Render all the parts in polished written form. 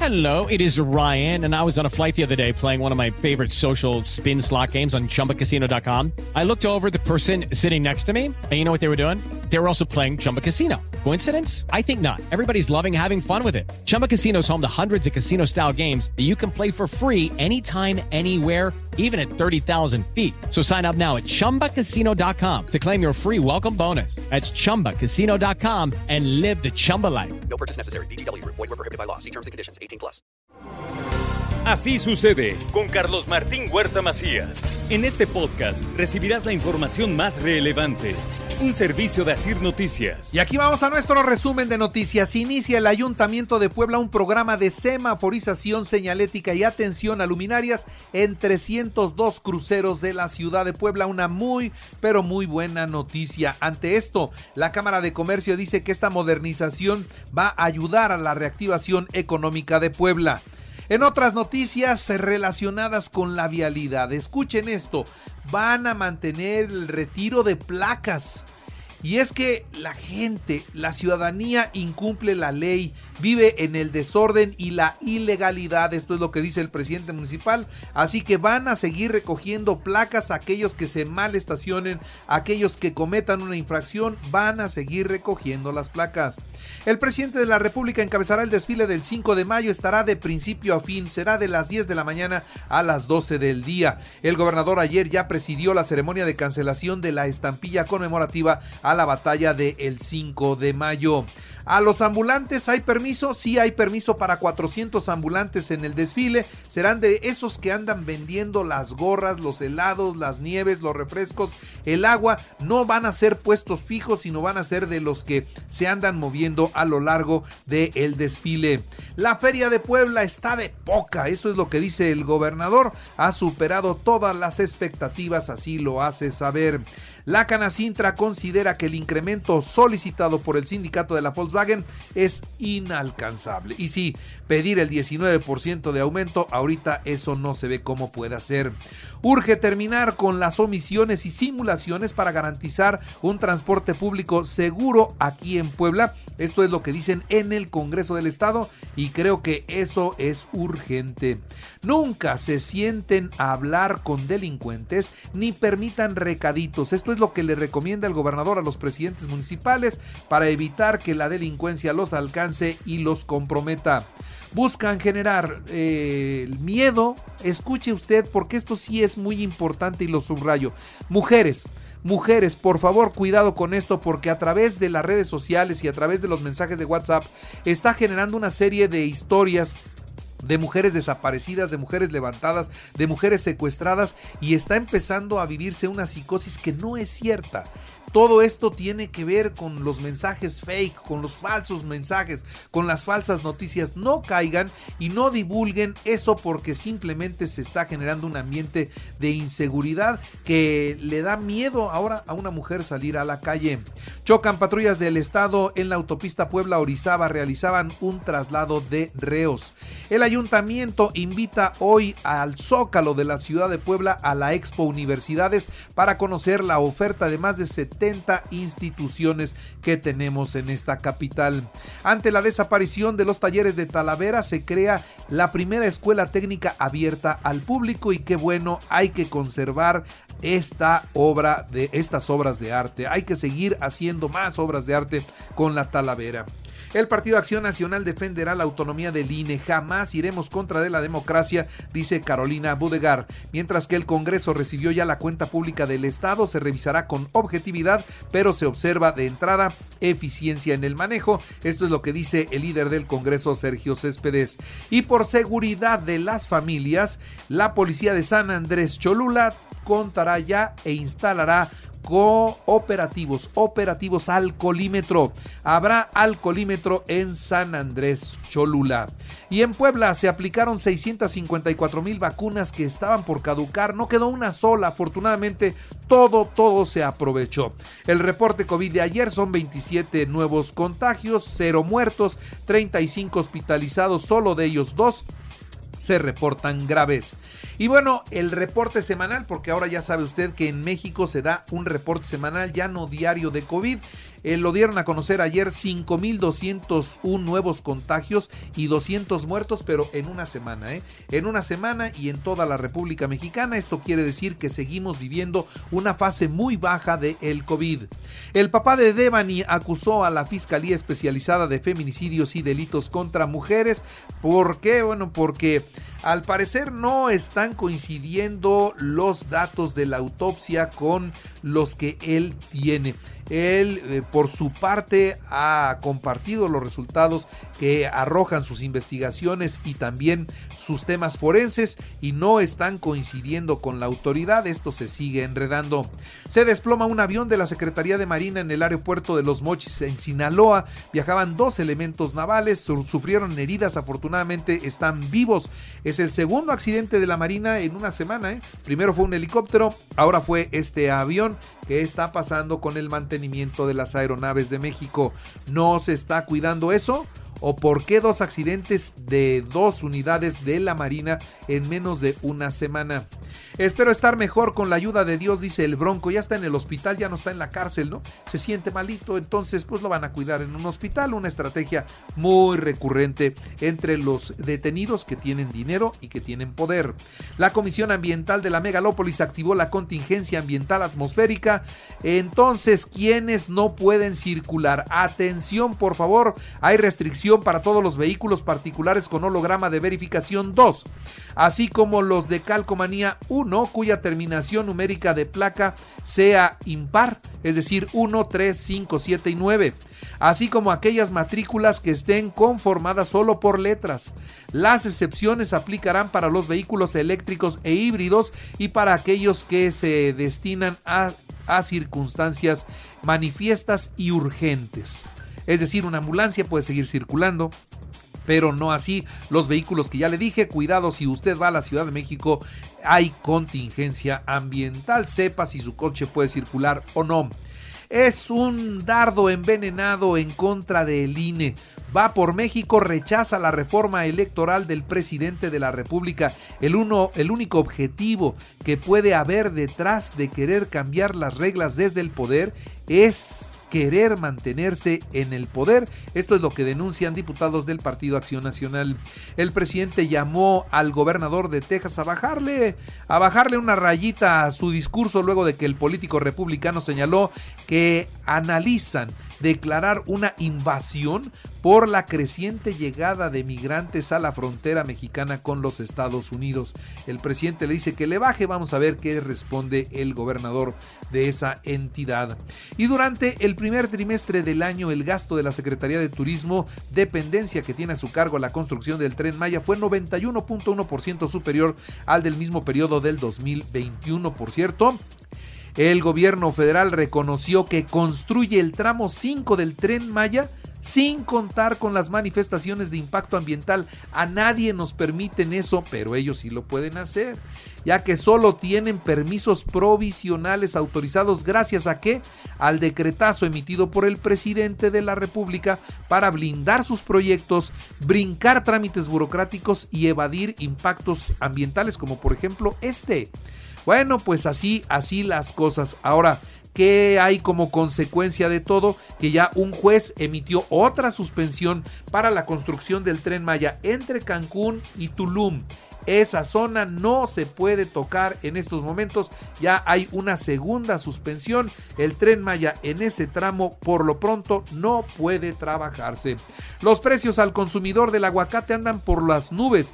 Hello, it is Ryan, and I was on a flight the other day playing one of my favorite social spin slot games on ChumbaCasino.com. I looked over at the person sitting next to me, and you know what they were doing? They were also playing Chumba Casino. Coincidence? I think not. Everybody's loving having fun with it. Chumba Casino is home to hundreds of casino-style games that you can play for free anytime, anywhere, even at 30,000 feet. So sign up now at ChumbaCasino.com to claim your free welcome bonus. That's ChumbaCasino.com and live the Chumba life. No purchase necessary. VGW. Void where prohibited by law. See terms and conditions. 18+. Así sucede con Carlos Martín Huerta Macías. En este podcast recibirás la información más relevante. Un servicio de Asir Noticias. Y aquí vamos a nuestro resumen de noticias. Inicia el Ayuntamiento de Puebla un programa de semaforización señalética y atención a luminarias en 302 cruceros de la ciudad de Puebla. Una muy, pero muy buena noticia. Ante esto, la Cámara de Comercio dice que esta modernización va a ayudar a la reactivación económica de Puebla. En otras noticias relacionadas con la vialidad, escuchen esto, van a mantener el retiro de placas. Y es que la gente, la ciudadanía incumple la ley, vive en el desorden y la ilegalidad. Esto es lo que dice el presidente municipal. Así que van a seguir recogiendo placas. Aquellos que se mal estacionen, aquellos que cometan una infracción, van a seguir recogiendo las placas. El presidente de la República encabezará el desfile del 5 de mayo. Estará de principio a fin. Será de las 10 de la mañana a las 12 del día. El gobernador ayer ya presidió la ceremonia de cancelación de la estampilla conmemorativa a la batalla del 5 de mayo. A los ambulantes, ¿hay permiso? Sí, hay permiso para 400 ambulantes en el desfile. Serán de esos que andan vendiendo las gorras, los helados, las nieves, los refrescos, el agua. No van a ser puestos fijos, sino van a ser de los que se andan moviendo a lo largo del desfile. La Feria de Puebla está de poca, eso es lo que dice el gobernador. Ha superado todas las expectativas, así lo hace saber. La Canacintra considera que el incremento solicitado por el sindicato de la Volkswagen es inalcanzable. Y sí, pedir el 19% de aumento, ahorita eso no se ve cómo puede ser. Urge terminar con las omisiones y simulaciones para garantizar un transporte público seguro aquí en Puebla. Esto es lo que dicen en el Congreso del Estado y creo que eso es urgente. Nunca se sienten a hablar con delincuentes ni permitan recaditos. Esto es lo que le recomienda el gobernador a los presidentes municipales para evitar que la delincuencia los alcance y los comprometa. Buscan generar miedo. Escuche usted, porque esto sí es muy importante y lo subrayo. Mujeres, por favor, cuidado con esto, porque a través de las redes sociales y a través de los mensajes de WhatsApp está generando una serie de historias de mujeres desaparecidas, de mujeres levantadas, de mujeres secuestradas, y está empezando a vivirse una psicosis que no es cierta. Todo esto tiene que ver con los mensajes fake, con los falsos mensajes, con las falsas noticias. No caigan y no divulguen eso, porque simplemente se está generando un ambiente de inseguridad que le da miedo ahora a una mujer salir a la calle. Chocan patrullas del estado en la autopista Puebla-Orizaba, realizaban un traslado de reos. El ayuntamiento invita hoy al Zócalo de la ciudad de Puebla a la Expo Universidades para conocer la oferta de más de 70 instituciones que tenemos en esta capital. Ante la desaparición de los talleres de Talavera, se crea la primera escuela técnica abierta al público, y qué bueno, hay que conservar estas obras de arte. Hay que seguir haciendo más obras de arte con la Talavera. El Partido Acción Nacional defenderá la autonomía del INE. Jamás iremos contra de la democracia, dice Carolina Budegar. Mientras que el Congreso recibió ya la cuenta pública del Estado, se revisará con objetividad, pero se observa de entrada eficiencia en el manejo. Esto es lo que dice el líder del Congreso, Sergio Céspedes. Y por seguridad de las familias, la policía de San Andrés Cholula contará ya e instalará operativos alcoholímetro. Habrá alcoholímetro en San Andrés Cholula. Y en Puebla se aplicaron 654,000 vacunas que estaban por caducar. No quedó una sola. Afortunadamente todo se aprovechó. El reporte COVID de ayer son 27 nuevos contagios, 0 muertos, 35 hospitalizados, solo de ellos 2 se reportan graves. Y bueno, el reporte semanal, porque ahora ya sabe usted que en México se da un reporte semanal, ya no diario, de COVID. Lo dieron a conocer ayer, 5,201 nuevos contagios y 200 muertos, pero en una semana, en una semana y en toda la República Mexicana. Esto quiere decir que seguimos viviendo una fase muy baja del COVID. El papá de Devani acusó a la Fiscalía Especializada de Feminicidios y Delitos contra Mujeres. ¿Por qué? Bueno, porque al parecer no están coincidiendo los datos de la autopsia con los que él tiene. Él, por su parte, ha compartido los resultados que arrojan sus investigaciones y también sus temas forenses y no están coincidiendo con la autoridad. Esto se sigue enredando. Se desploma un avión de la Secretaría de Marina en el aeropuerto de Los Mochis, en Sinaloa. Viajaban 2 elementos navales, sufrieron heridas, afortunadamente están vivos. Es el segundo accidente de la Marina en una semana. Primero fue un helicóptero, ahora fue este avión. ¿Qué está pasando con el mantenimiento de las aeronaves de México? ¿No se está cuidando eso? ¿O por qué 2 accidentes de 2 unidades de la Marina en menos de una semana? Espero estar mejor con la ayuda de Dios, dice el Bronco. Ya está en el hospital, ya no está en la cárcel, ¿no? Se siente malito, entonces pues lo van a cuidar en un hospital. Una estrategia muy recurrente entre los detenidos que tienen dinero y que tienen poder. La Comisión Ambiental de la Megalópolis activó la contingencia ambiental atmosférica. Entonces, ¿quiénes no pueden circular? Atención, por favor, hay restricción para todos los vehículos particulares con holograma de verificación 2, así como los de calcomanía 1, cuya terminación numérica de placa sea impar, es decir 1, 3, 5, 7 y 9, así como aquellas matrículas que estén conformadas solo por letras. Las excepciones aplicarán para los vehículos eléctricos e híbridos y para aquellos que se destinan a circunstancias manifiestas y urgentes. Es decir, una ambulancia puede seguir circulando, pero no así los vehículos que ya le dije. Cuidado, si usted va a la Ciudad de México, hay contingencia ambiental. Sepa si su coche puede circular o no. Es un dardo envenenado en contra del INE. Va por México, rechaza la reforma electoral del presidente de la República. El único objetivo que puede haber detrás de querer cambiar las reglas desde el poder es querer mantenerse en el poder. Esto es lo que denuncian diputados del Partido Acción Nacional. El presidente llamó al gobernador de Texas a bajarle una rayita a su discurso luego de que el político republicano señaló que analizan declarar una invasión por la creciente llegada de migrantes a la frontera mexicana con los Estados Unidos. El presidente le dice que le baje, vamos a ver qué responde el gobernador de esa entidad. Y durante el primer trimestre del año, el gasto de la Secretaría de Turismo, dependencia que tiene a su cargo la construcción del Tren Maya, fue 91.1% superior al del mismo periodo del 2021. Por cierto, el gobierno federal reconoció que construye el tramo 5 del Tren Maya sin contar con las manifestaciones de impacto ambiental. A nadie nos permiten eso, pero ellos sí lo pueden hacer, ya que solo tienen permisos provisionales autorizados gracias a ¿qué? Al decretazo emitido por el presidente de la República para blindar sus proyectos, brincar trámites burocráticos y evadir impactos ambientales, como por ejemplo este. Bueno, pues así las cosas. Ahora, ¿qué hay como consecuencia de todo? Que ya un juez emitió otra suspensión para la construcción del Tren Maya entre Cancún y Tulum. Esa zona no se puede tocar en estos momentos. Ya hay una segunda suspensión. El Tren Maya en ese tramo por lo pronto no puede trabajarse. Los precios al consumidor del aguacate andan por las nubes.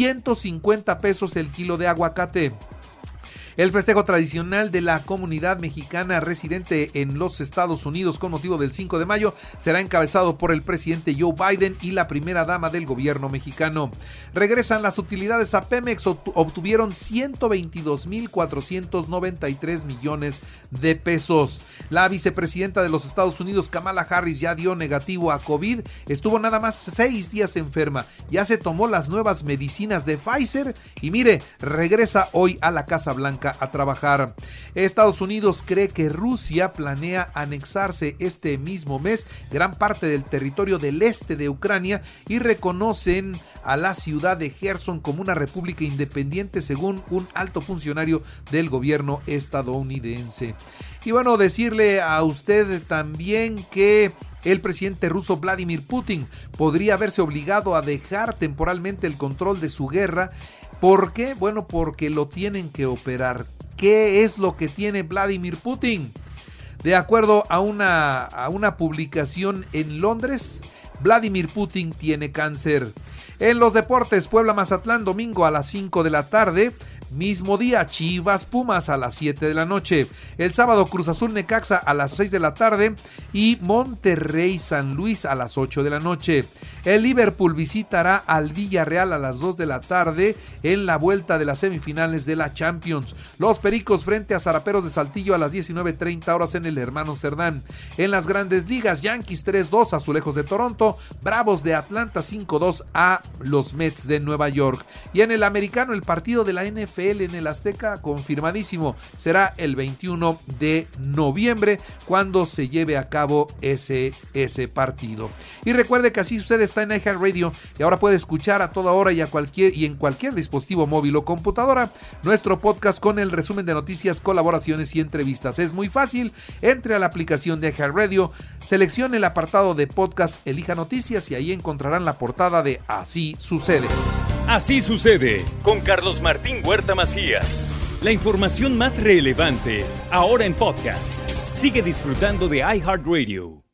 150 pesos el kilo de aguacate. El festejo tradicional de la comunidad mexicana residente en los Estados Unidos con motivo del 5 de mayo será encabezado por el presidente Joe Biden y la primera dama del gobierno mexicano. Regresan las utilidades a Pemex, obtuvieron 122,493 millones de pesos. La vicepresidenta de los Estados Unidos, Kamala Harris, ya dio negativo a COVID, estuvo nada más 6 días enferma, ya se tomó las nuevas medicinas de Pfizer y mire, regresa hoy a la Casa Blanca. Blanca a trabajar. Estados Unidos cree que Rusia planea anexarse este mismo mes gran parte del territorio del este de Ucrania y reconocen a la ciudad de Gerson como una república independiente, según un alto funcionario del gobierno estadounidense. Y bueno, decirle a usted también que el presidente ruso Vladimir Putin podría verse obligado a dejar temporalmente el control de su guerra. ¿Por qué? Bueno, porque lo tienen que operar. ¿Qué es lo que tiene Vladimir Putin? De acuerdo a una publicación en Londres, Vladimir Putin tiene cáncer. En los deportes, Puebla-Mazatlán, domingo a las 5 de la tarde. Mismo día, Chivas-Pumas a las 7 de la noche. El sábado, Cruz Azul-Necaxa a las 6 de la tarde y Monterrey-San Luis a las 8 de la noche. El Liverpool visitará al Villarreal a las 2 de la tarde en la vuelta de las semifinales de la Champions. Los Pericos frente a Zaraperos de Saltillo a las 19:30 horas en el Hermano Cerdán. En las Grandes Ligas, Yankees 3-2 a Azulejos de Toronto, Bravos de Atlanta 5-2 a los Mets de Nueva York. Y en el americano, el partido de la NFL en el Azteca, confirmadísimo, será el 21 de noviembre cuando se lleve a cabo ese partido. Y recuerde que Así Sucede está en iHeartRadio y ahora puede escuchar a toda hora y en cualquier dispositivo móvil o computadora nuestro podcast con el resumen de noticias, colaboraciones y entrevistas. Es muy fácil, entre a la aplicación de iHeartRadio, seleccione el apartado de podcast, elija noticias y ahí encontrarán la portada de Así Sucede. Así sucede con Carlos Martín Huerta Macías. La información más relevante, ahora en podcast. Sigue disfrutando de iHeartRadio.